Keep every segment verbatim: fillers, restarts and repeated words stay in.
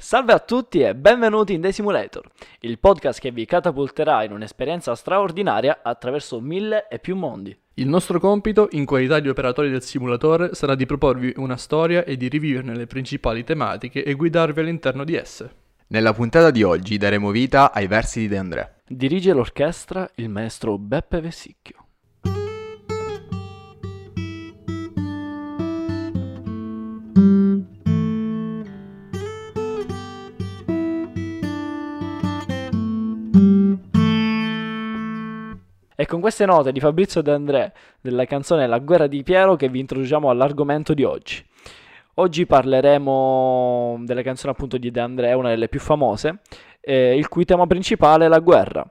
Salve a tutti e benvenuti in The Simulator, il podcast che vi catapulterà in un'esperienza straordinaria attraverso mille e più mondi. Il nostro compito, in qualità di operatori del simulatore, sarà di proporvi una storia e di riviverne le principali tematiche e guidarvi all'interno di esse. Nella puntata di oggi daremo vita ai versi di De André. Dirige l'orchestra il maestro Beppe Vessicchio. E con queste note di Fabrizio De André della canzone La guerra di Piero che vi introduciamo all'argomento di oggi. Oggi parleremo della canzone appunto di De André, una delle più famose, eh, il cui tema principale è la guerra.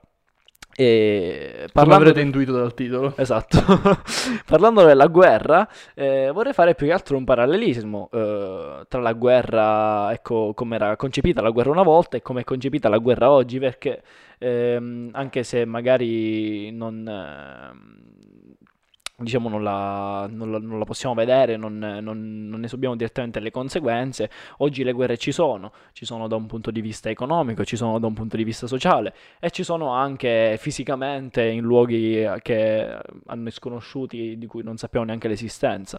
E Come avrete de... intuito dal titolo. Esatto. Parlando della guerra, eh, vorrei fare più che altro un parallelismo eh, tra la guerra, ecco, come era concepita la guerra una volta e come è concepita la guerra oggi, perché ehm, anche se magari non, eh, diciamo, non la, non la- non la possiamo vedere, non, non- non ne subiamo direttamente le conseguenze, oggi le guerre ci sono, ci sono da un punto di vista economico, ci sono da un punto di vista sociale e ci sono anche fisicamente in luoghi eh, che a noi sconosciuti di cui non sappiamo neanche l'esistenza.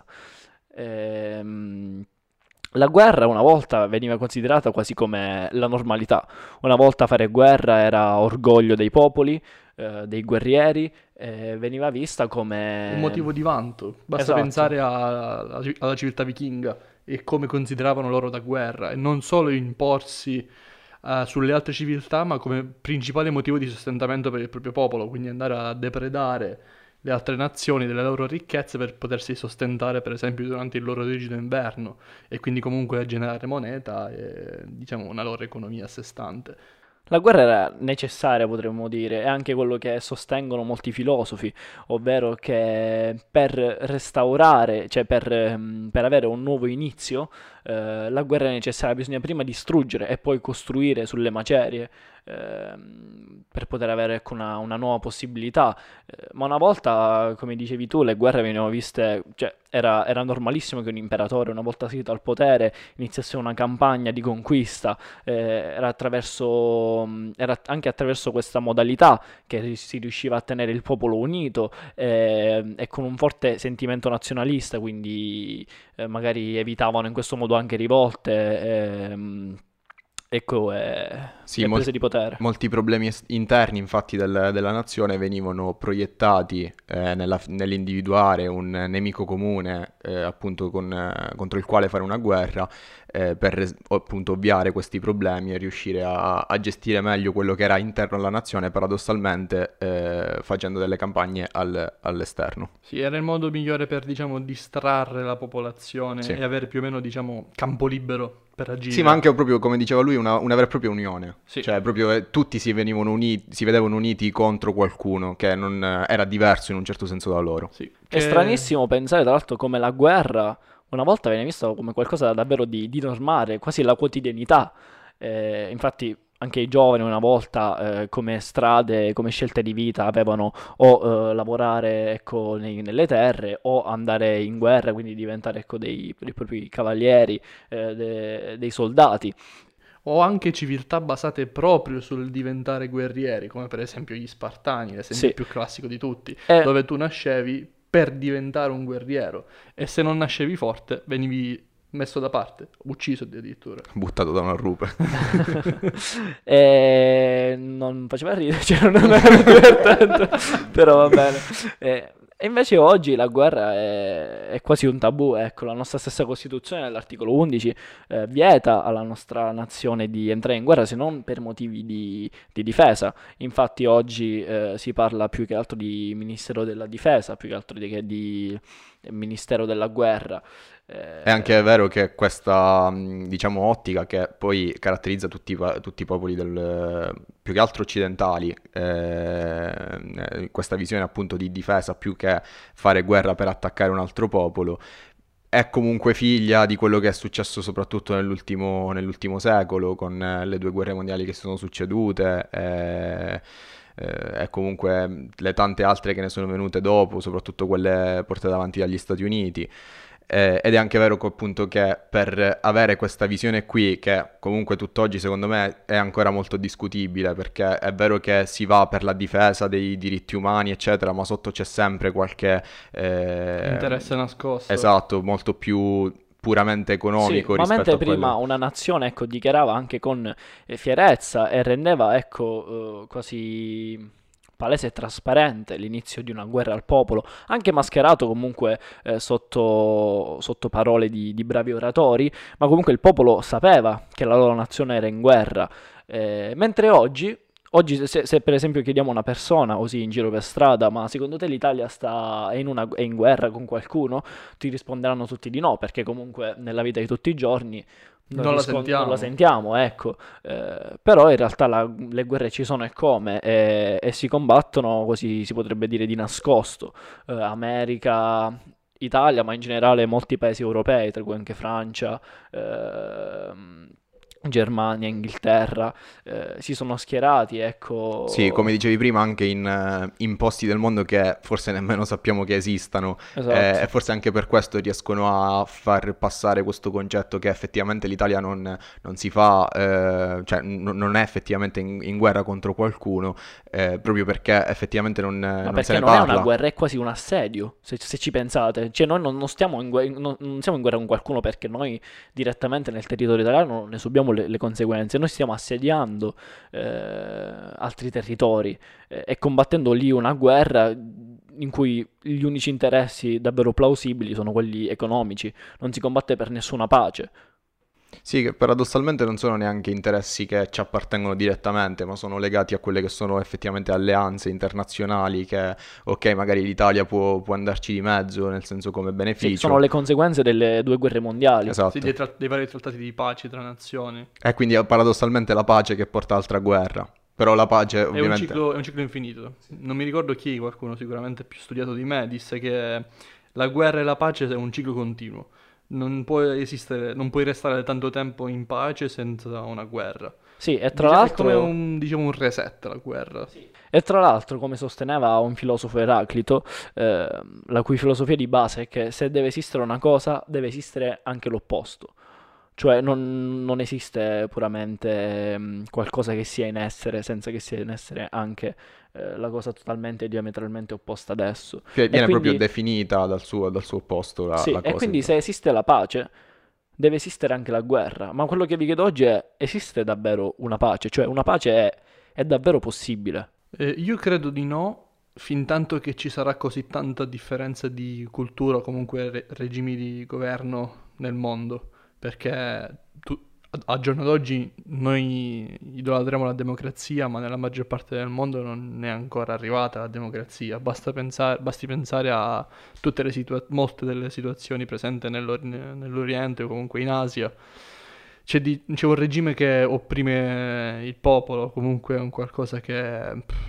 Ehm, la guerra una volta veniva considerata quasi come la normalità. Una volta fare guerra era orgoglio dei popoli, eh, dei guerrieri, e veniva vista come... Un motivo di vanto. Basta Esatto. pensare a- alla alla civiltà vichinga e come consideravano loro la guerra, e non solo imporsi eh, sulle altre civiltà, ma come principale motivo di sostentamento per il proprio popolo, quindi andare a depredare le altre nazioni delle loro ricchezze per potersi sostentare, per esempio, durante il loro rigido inverno, e quindi comunque generare moneta e, diciamo, una loro economia a sé stante. La guerra era necessaria, potremmo dire, è anche quello che sostengono molti filosofi, ovvero che per restaurare, cioè per, ehm, per avere un nuovo inizio, eh, la guerra è necessaria, bisogna prima distruggere e poi costruire sulle macerie, ehm, per poter avere ecco, una, una nuova possibilità. Eh, ma una volta, come dicevi tu, le guerre venivano viste, cioè era, era normalissimo che un imperatore, una volta salito al potere, iniziasse una campagna di conquista, eh, era attraverso, mh, era anche attraverso questa modalità che ri- si riusciva a tenere il popolo unito eh, e con un forte sentimento nazionalista, quindi eh, magari evitavano in questo modo anche rivolte ehm, ecco, e, Sì, e mol- prese di potere. molti problemi es- interni infatti del- della nazione venivano proiettati eh, nella- nell'individuare un nemico comune eh, appunto con- eh, contro il quale fare una guerra eh, per res- appunto ovviare questi problemi e riuscire a, a gestire meglio quello che era interno alla nazione, paradossalmente eh, facendo delle campagne al- all'esterno. Sì, era il modo migliore per, diciamo, distrarre la popolazione Sì. e avere più o meno, diciamo, campo libero per agire. Sì, ma anche proprio, come diceva lui, una, una vera e propria unione. Sì. Cioè, proprio eh, tutti si venivano uniti, si vedevano uniti contro qualcuno che non eh, era diverso in un certo senso da loro. Sì, È che- stranissimo pensare, tra l'altro, come la guerra una volta viene vista come qualcosa davvero di, di normale, quasi la quotidianità. Eh, infatti, anche i giovani una volta, eh, come strade, come scelte di vita, avevano o eh, lavorare ecco, nei- nelle terre o andare in guerra, quindi diventare ecco, dei, dei propri cavalieri, eh, de- dei soldati. O anche civiltà basate proprio sul diventare guerrieri, come per esempio gli Spartani, l'esempio Sì. più classico di tutti, Eh, dove tu nascevi per diventare un guerriero, e se non nascevi forte venivi messo da parte, ucciso addirittura. Buttato da una rupe. E non faceva ridere, cioè non era divertente, però va bene. E, e invece oggi la guerra è, è quasi un tabù, ecco, la nostra stessa Costituzione, all'articolo undici, eh, vieta alla nostra nazione di entrare in guerra se non per motivi di, di difesa. Infatti oggi eh, si parla più che altro di Ministero della Difesa, più che altro di, che di Ministero della Guerra. Eh, È anche vero che questa, mh, diciamo, ottica che poi caratterizza tutti, i pa- tutti i popoli del, più che altro occidentali, eh, questa visione appunto di difesa più che fare guerra per attaccare un altro popolo, è comunque figlia di quello che è successo soprattutto nell'ultimo, nell'ultimo secolo, con eh, le due guerre mondiali che si sono succedute, eh, eh, e comunque le tante altre che ne sono venute dopo, soprattutto quelle portate avanti dagli Stati Uniti. Eh, ed è anche vero che, appunto, che per avere questa visione qui, che comunque tutt'oggi secondo me è ancora molto discutibile, perché è vero che si va per la difesa dei diritti umani, eccetera, ma sotto c'è sempre qualche... eh, Interesse nascosto. esatto, molto più puramente Sì, economico ma rispetto mentre a prima quello... una nazione, ecco, dichiarava anche con eh, fierezza e rendeva, ecco, eh, quasi palese e trasparente l'inizio di una guerra al popolo, anche mascherato comunque eh, sotto, sotto parole di, di bravi oratori, ma comunque il popolo sapeva che la loro nazione era in guerra. Eh, mentre oggi, oggi se, se per esempio chiediamo a una persona così in giro per strada, ma secondo te l'Italia sta, è in, una, è in guerra con qualcuno? Ti risponderanno tutti di no, perché comunque nella vita di tutti i giorni non, Non la riscon- non la sentiamo. sentiamo, ecco. Eh, però in realtà la- le guerre ci sono e come, e, e si combattono così si potrebbe dire di nascosto. Eh, America, Italia, ma in generale molti paesi europei, tra cui anche Francia, ehm, Germania, Inghilterra, eh, si sono schierati, Sì, ecco. come dicevi prima, anche in, eh, in posti del mondo che forse nemmeno sappiamo che esistano, eh, Esatto. e forse anche per questo riescono a far passare questo concetto che effettivamente l'Italia non, non si fa, eh, cioè n- non è effettivamente in, in guerra contro qualcuno, eh, proprio perché effettivamente non, Ma non se perché ne non è una parla. guerra, è quasi un assedio, se, se ci pensate. Cioè noi non, non stiamo in, gue- non- non siamo in guerra con qualcuno perché noi direttamente nel territorio italiano ne subiamo le, le conseguenze. Noi stiamo assediando eh, altri territori eh, e combattendo lì una guerra in cui gli unici interessi davvero plausibili sono quelli economici. Non si combatte per nessuna pace. Sì, che paradossalmente non sono neanche interessi che ci appartengono direttamente, ma sono legati a quelle che sono effettivamente alleanze internazionali che, ok, magari l'Italia può, può andarci di mezzo, nel senso come Sì, sono beneficio. le conseguenze delle due guerre mondiali. Sì, dei, Esatto. tra- dei vari trattati di pace tra nazioni. E quindi è paradossalmente la pace che porta a altra guerra. Però la pace, È un ovviamente... ciclo, è un ciclo infinito. Non mi ricordo chi, qualcuno sicuramente più studiato di me, disse che la guerra e la pace è un ciclo continuo. Non puoi esistere, non puoi restare tanto tempo in pace senza una guerra. Sì, e tra Dice- è come l'altro... un, diciamo, un reset la guerra. E tra l'altro, come sosteneva un filosofo Eraclito, eh, la cui filosofia di base è che se deve esistere una cosa, deve esistere anche l'opposto. Cioè non, non esiste puramente mm, qualcosa che sia in essere senza che sia in essere anche eh, la cosa totalmente diametralmente opposta ad esso. che E viene proprio quindi, definita dal suo, dal suo opposto la, sì, la e cosa in quindi se pratica. esiste la pace, deve esistere anche la guerra. Ma quello che vi chiedo oggi è, esiste davvero una pace? Cioè una pace è, è davvero possibile? Eh, io credo di no, fin tanto che ci sarà così tanta differenza di cultura o comunque re- regimi di governo nel mondo, perché tu- a, a giorno d'oggi noi idolatriamo la democrazia, ma nella maggior parte del mondo non è ancora arrivata la democrazia. Basta pensare, basti pensare a tutte le situa- molte delle situazioni presenti nell'Or- nell'Oriente o comunque in Asia. C'è, di- c'è un regime che opprime il popolo, comunque è un qualcosa che pff,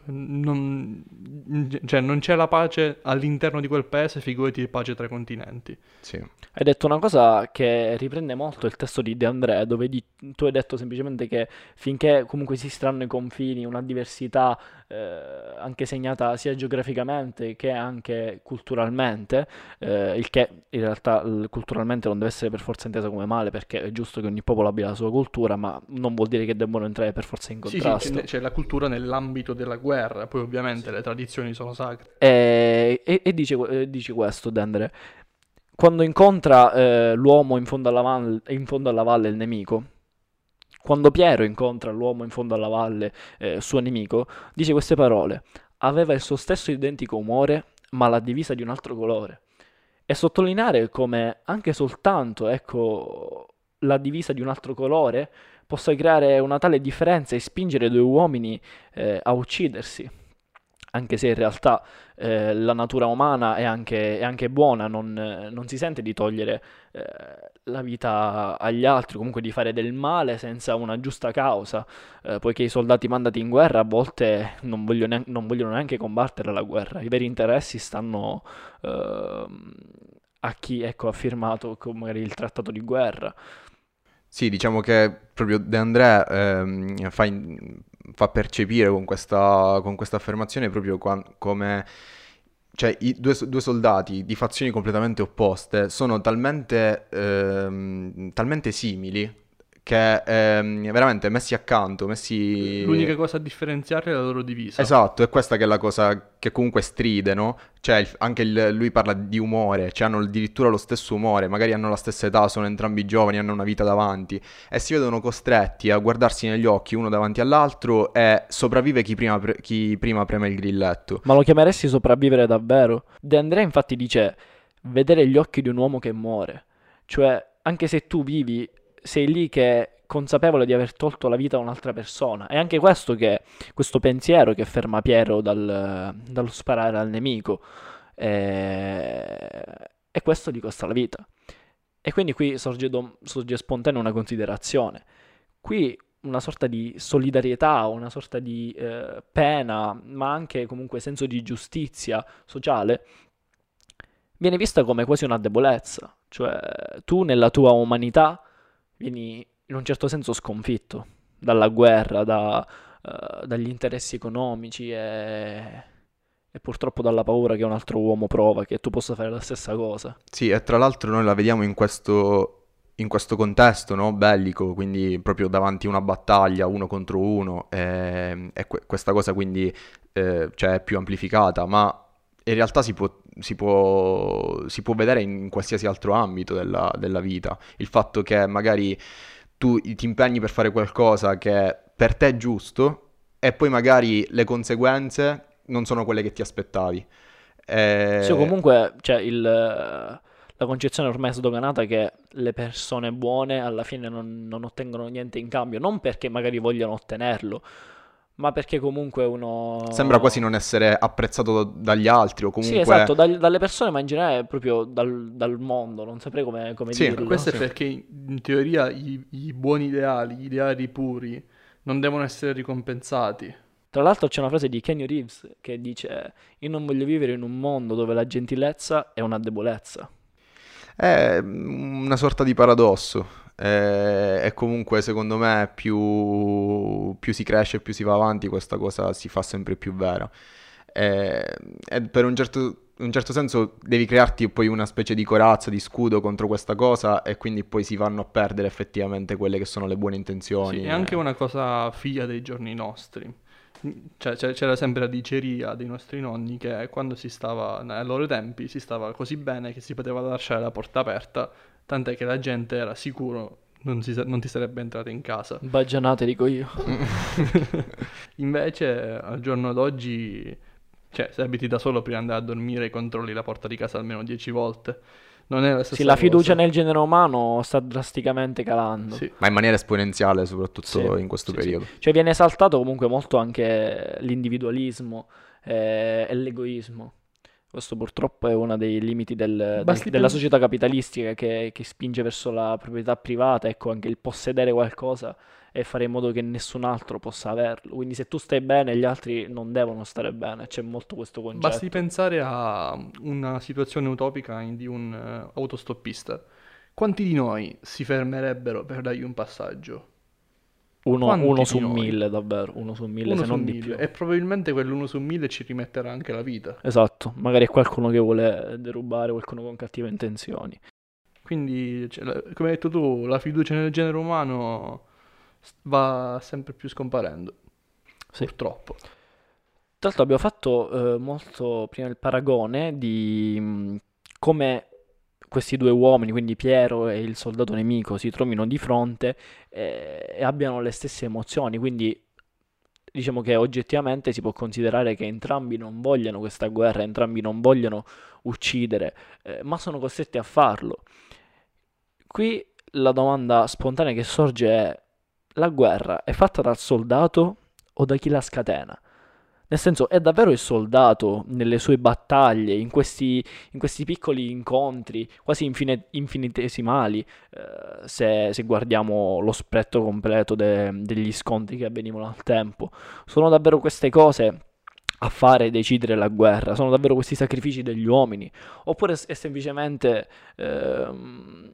non, cioè, non c'è la pace all'interno di quel paese, figurati di pace tra i continenti. Sì. Hai detto una cosa che riprende molto il testo di De André, dove di- tu hai detto semplicemente che finché comunque esisteranno i confini, una diversità eh, anche segnata sia geograficamente che anche culturalmente, eh, il che in realtà l- culturalmente non deve essere per forza intesa come male, perché è giusto che ogni popolo abbia la sua cultura, ma non vuol dire che debbano entrare per forza in Sì, sì, c'è, contrasto. c'è la cultura nell'ambito della guerra, poi ovviamente le tradizioni sono sacre. E, e- e dice, e dice questo, Dendere. Quando incontra eh, l'uomo in fondo alla, val- in fondo alla valle, il nemico, quando Piero incontra l'uomo in fondo alla valle, eh, suo nemico, dice queste parole. Aveva il suo stesso identico umore, ma la divisa di un altro colore. E sottolineare come anche soltanto, ecco, la divisa di un altro colore possa creare una tale differenza e spingere due uomini eh, a uccidersi, anche se in realtà eh, la natura umana è anche, è anche buona, non, eh, non si sente di togliere eh, la vita agli altri, comunque di fare del male senza una giusta causa, eh, poiché i soldati mandati in guerra a volte non vogliono, nean- non vogliono neanche combattere la guerra, i veri interessi stanno ehm, a chi ecco, ha firmato con magari il trattato di guerra. Sì, diciamo che proprio De André ehm, fa, in- fa percepire con questa, con questa affermazione proprio qua- come cioè i due, due soldati di fazioni completamente opposte sono talmente, ehm, talmente simili che ehm, veramente messi accanto, messi... L'unica cosa a differenziare è la loro divisa. Esatto, è questa che è la cosa che comunque stride, no? Cioè il- anche il- lui parla di umore, cioè hanno addirittura lo stesso umore, magari hanno la stessa età, sono entrambi giovani, hanno una vita davanti e si vedono costretti a guardarsi negli occhi uno davanti all'altro e sopravvive chi prima, pre- chi prima preme il grilletto. Ma lo chiameresti sopravvivere davvero? De André infatti dice vedere gli occhi di un uomo che muore. Cioè, anche se tu vivi, sei lì che è consapevole di aver tolto la vita a un'altra persona. È anche questo che, questo pensiero che ferma Piero dal- dallo sparare al nemico. E, e questo gli costa la vita. E quindi qui sorge, dom- sorge spontanea una considerazione. Qui una sorta di solidarietà, una sorta di eh, pena, ma anche comunque senso di giustizia sociale, viene vista come quasi una debolezza. Cioè, tu nella tua umanità vieni in un certo senso sconfitto dalla guerra, da, eh, dagli interessi economici e, e purtroppo dalla paura che un altro uomo prova, che tu possa fare la stessa cosa. Sì, e tra l'altro noi la vediamo in questo, in questo contesto, no? Bellico, quindi proprio davanti a una battaglia, uno contro uno, e, e que- questa cosa quindi eh, cioè, è più amplificata, ma in realtà si può, si può, si può vedere in qualsiasi altro ambito della, della vita. Il fatto che magari tu ti impegni per fare qualcosa che per te è giusto e poi magari le conseguenze non sono quelle che ti aspettavi. Sì, o Eh, comunque, cioè, il, la concezione ormai è sdoganata che le persone buone alla fine non, non ottengono niente in cambio, non perché magari vogliano ottenerlo, ma perché comunque Sembra quasi uno... non essere apprezzato da- dagli altri o Sì, comunque... esatto, dal- dalle persone, ma in generale proprio dal, dal mondo, non saprei come, come Sì, Ma dirlo. questo è sì. perché in in teoria i, i buoni ideali, gli ideali puri, non devono essere ricompensati. Tra l'altro c'è una frase di Kenny Reeves che dice: Io non voglio vivere in un mondo dove la gentilezza è una debolezza. È una sorta di paradosso. Eh, E comunque secondo me più, più si cresce, più si va avanti, questa cosa si fa sempre più vera. Eh, E per un certo, un certo senso devi crearti poi una specie di corazza, di scudo contro questa cosa e quindi poi si vanno a perdere effettivamente quelle che sono le buone Sì, intenzioni. è anche e- una cosa figlia dei giorni nostri. Cioè, c'è- c'era sempre la diceria dei nostri nonni che quando si stava, ai loro tempi, si stava così bene che si poteva lasciare la porta aperta, tant'è che la gente era sicuro non, si sa- non ti sarebbe entrata in casa. Baggianate, dico io. Invece, al giorno d'oggi, cioè, se abiti da solo prima di andare a dormire, controlli la porta di casa almeno dieci volte. Non è la Sì, stessa la fiducia cosa. nel genere umano sta drasticamente calando. Sì. Ma in maniera esponenziale, soprattutto Sì, in questo sì, sì. periodo. Cioè viene esaltato comunque molto anche l'individualismo eh, e l'egoismo. Questo purtroppo è uno dei limiti del- del- Basti della pen- società capitalistica che, che spinge verso la proprietà privata, ecco, anche il possedere qualcosa e fare in modo che nessun altro possa averlo. Quindi se tu stai bene, gli altri non devono stare bene, c'è molto questo Basti concetto. pensare a una situazione utopica in- di un eh, autostoppista. Quanti di noi si fermerebbero per dargli un passaggio? Uno, Quanti uno di su noi? mille, davvero, uno su mille, Uno se su non di mille. più. E probabilmente quell'uno su mille ci rimetterà anche la vita. Esatto, magari è qualcuno che vuole derubare, qualcuno con cattive intenzioni. Quindi, cioè, la- come hai detto tu, la fiducia nel genere umano s- va sempre più scomparendo. Sì. Purtroppo. Tra l'altro abbiamo fatto eh, molto prima il paragone di mh, come questi due uomini, quindi Piero e il soldato nemico, si trovino di fronte eh, e abbiano le stesse emozioni, quindi diciamo che oggettivamente si può considerare che entrambi non vogliano questa guerra, entrambi non vogliono uccidere, eh, ma sono costretti a farlo. Qui la domanda spontanea che sorge è: la guerra è fatta dal soldato o da chi la scatena? Nel senso, è davvero il soldato nelle sue battaglie, in questi, in questi piccoli incontri, quasi infine- infinitesimali, eh, se, se guardiamo lo spettro completo de- degli scontri che avvenivano al tempo. Sono davvero queste cose a fare decidere la guerra? Sono davvero questi sacrifici degli uomini? Oppure è semplicemente, ehm,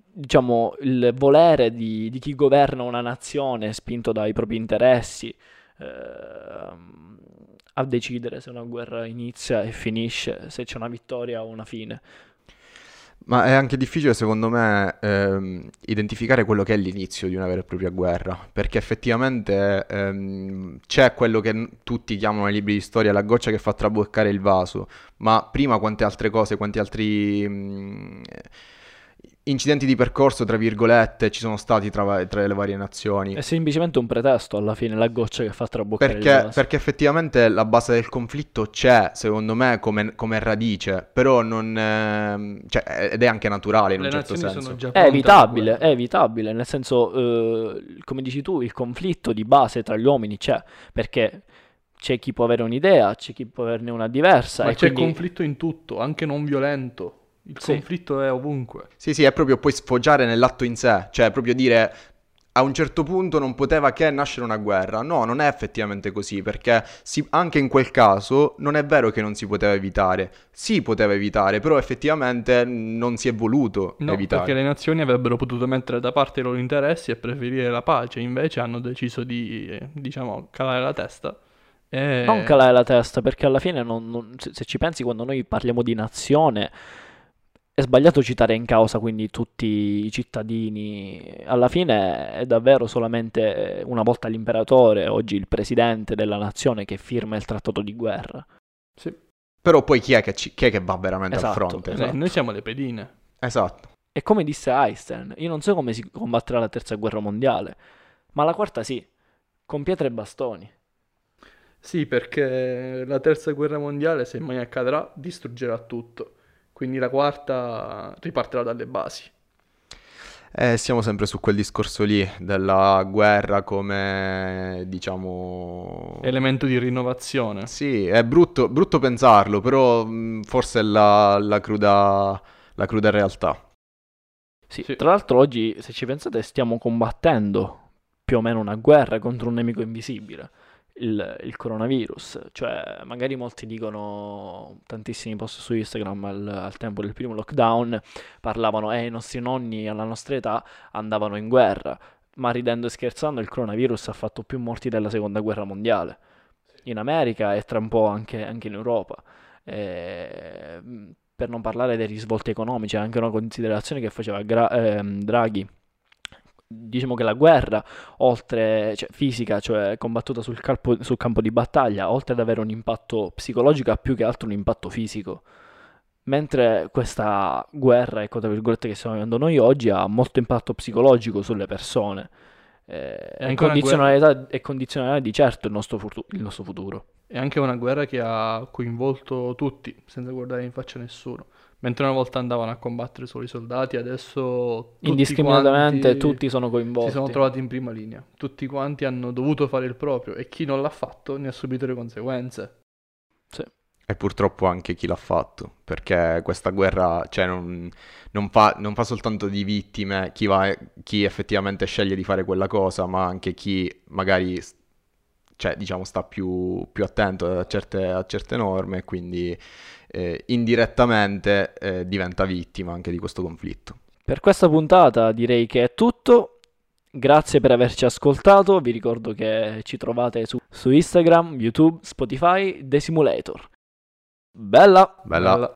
diciamo, il volere di, di chi governa una nazione spinto dai propri interessi? ehm, a decidere se una guerra inizia e finisce, se c'è una vittoria o una fine. Ma è anche difficile, secondo me, ehm, identificare quello che è l'inizio di una vera e propria guerra, perché effettivamente ehm, c'è quello che n- tutti chiamano nei libri di storia la goccia che fa traboccare il vaso, ma prima quante altre cose, quanti altri mm, incidenti di percorso, tra virgolette, ci sono stati tra, va- tra le varie nazioni. È semplicemente un pretesto alla fine, la goccia che fa traboccare il Perché, vaso. perché effettivamente la base del conflitto c'è, secondo me, come, come radice, però non... ehm, cioè, ed è anche naturale in Le un certo nazioni senso. sono già È pronte alla evitabile, guerra. è evitabile, nel senso, eh, come dici tu, il conflitto di base tra gli uomini c'è, perché c'è chi può avere un'idea, c'è chi può averne una diversa, Ma e c'è quindi conflitto in tutto, anche non violento. Il sì. conflitto è ovunque. Sì, sì, è proprio poi sfoggiare nell'atto in sé, cioè proprio dire a un certo punto non poteva che nascere una guerra. No, non è effettivamente così, perché si- anche in quel caso non è vero che non si poteva evitare. Si poteva evitare, però effettivamente non si è voluto No, evitare. perché le nazioni avrebbero potuto mettere da parte i loro interessi e preferire la pace, invece hanno deciso di, eh, diciamo, calare la testa. non E... calare la testa, perché alla fine, non- non- se, se ci pensi, quando noi parliamo di nazione, è sbagliato citare in causa quindi tutti i cittadini. Alla fine è davvero solamente una volta l'imperatore, oggi il presidente della nazione, che firma il trattato di guerra. Sì, Però poi chi è che, ci- chi è che va veramente al Esatto, fronte? eh, esatto. noi siamo le pedine. Esatto. E come disse Einstein, io non so come si combatterà la terza guerra mondiale, ma la quarta sì, con pietre e bastoni. Sì, perché la terza guerra mondiale, se mai accadrà, distruggerà tutto. Quindi la quarta ripartirà dalle basi. Eh, siamo sempre su quel discorso lì della guerra come, diciamo... Elemento di rinnovazione. Sì, è brutto, brutto pensarlo, però mh, forse è la, la cruda, la cruda realtà. Sì, Sì. tra l'altro oggi, se ci pensate, stiamo combattendo più o meno una guerra contro un nemico invisibile, il, il coronavirus. Cioè, magari molti dicono, tantissimi post su Instagram al, al tempo del primo lockdown, parlavano, eh, i nostri nonni alla nostra età andavano in guerra, ma ridendo e scherzando il coronavirus ha fatto più morti della seconda guerra mondiale, in America e tra un po' anche, anche in Europa. E, mh, per non parlare dei risvolti economici, è anche una considerazione che faceva Gra- ehm, Draghi. Diciamo che la guerra, oltre, cioè, fisica, cioè combattuta sul, calpo- sul campo di battaglia, oltre ad avere un impatto psicologico, ha più che altro un impatto fisico. Mentre questa guerra, ecco, tra virgolette, che stiamo vivendo noi oggi, ha molto impatto psicologico sulle persone. Eh, È e anche una guerra, condizionalità, e condizionerà di certo il nostro, futu- il nostro futuro. è anche una guerra che ha coinvolto tutti, senza guardare in faccia a nessuno. Mentre una volta andavano a combattere solo i soldati, adesso tutti Indiscriminatamente quanti tutti sono si sono coinvolti. trovati in prima linea. Tutti quanti hanno dovuto fare il proprio e chi non l'ha fatto ne ha subito le conseguenze. Sì. E purtroppo anche chi l'ha fatto, perché questa guerra, cioè, non, non fa, non fa soltanto di vittime chi, va, chi effettivamente sceglie di fare quella cosa, ma anche chi magari, s- cioè, diciamo, sta più, più attento a certe, a certe norme e quindi eh, indirettamente eh, diventa vittima anche di questo conflitto. Per questa puntata direi che è tutto. Grazie per averci ascoltato. Vi ricordo che ci trovate su, su Instagram, YouTube, Spotify, The Simulator. Bella! Bella. Bella.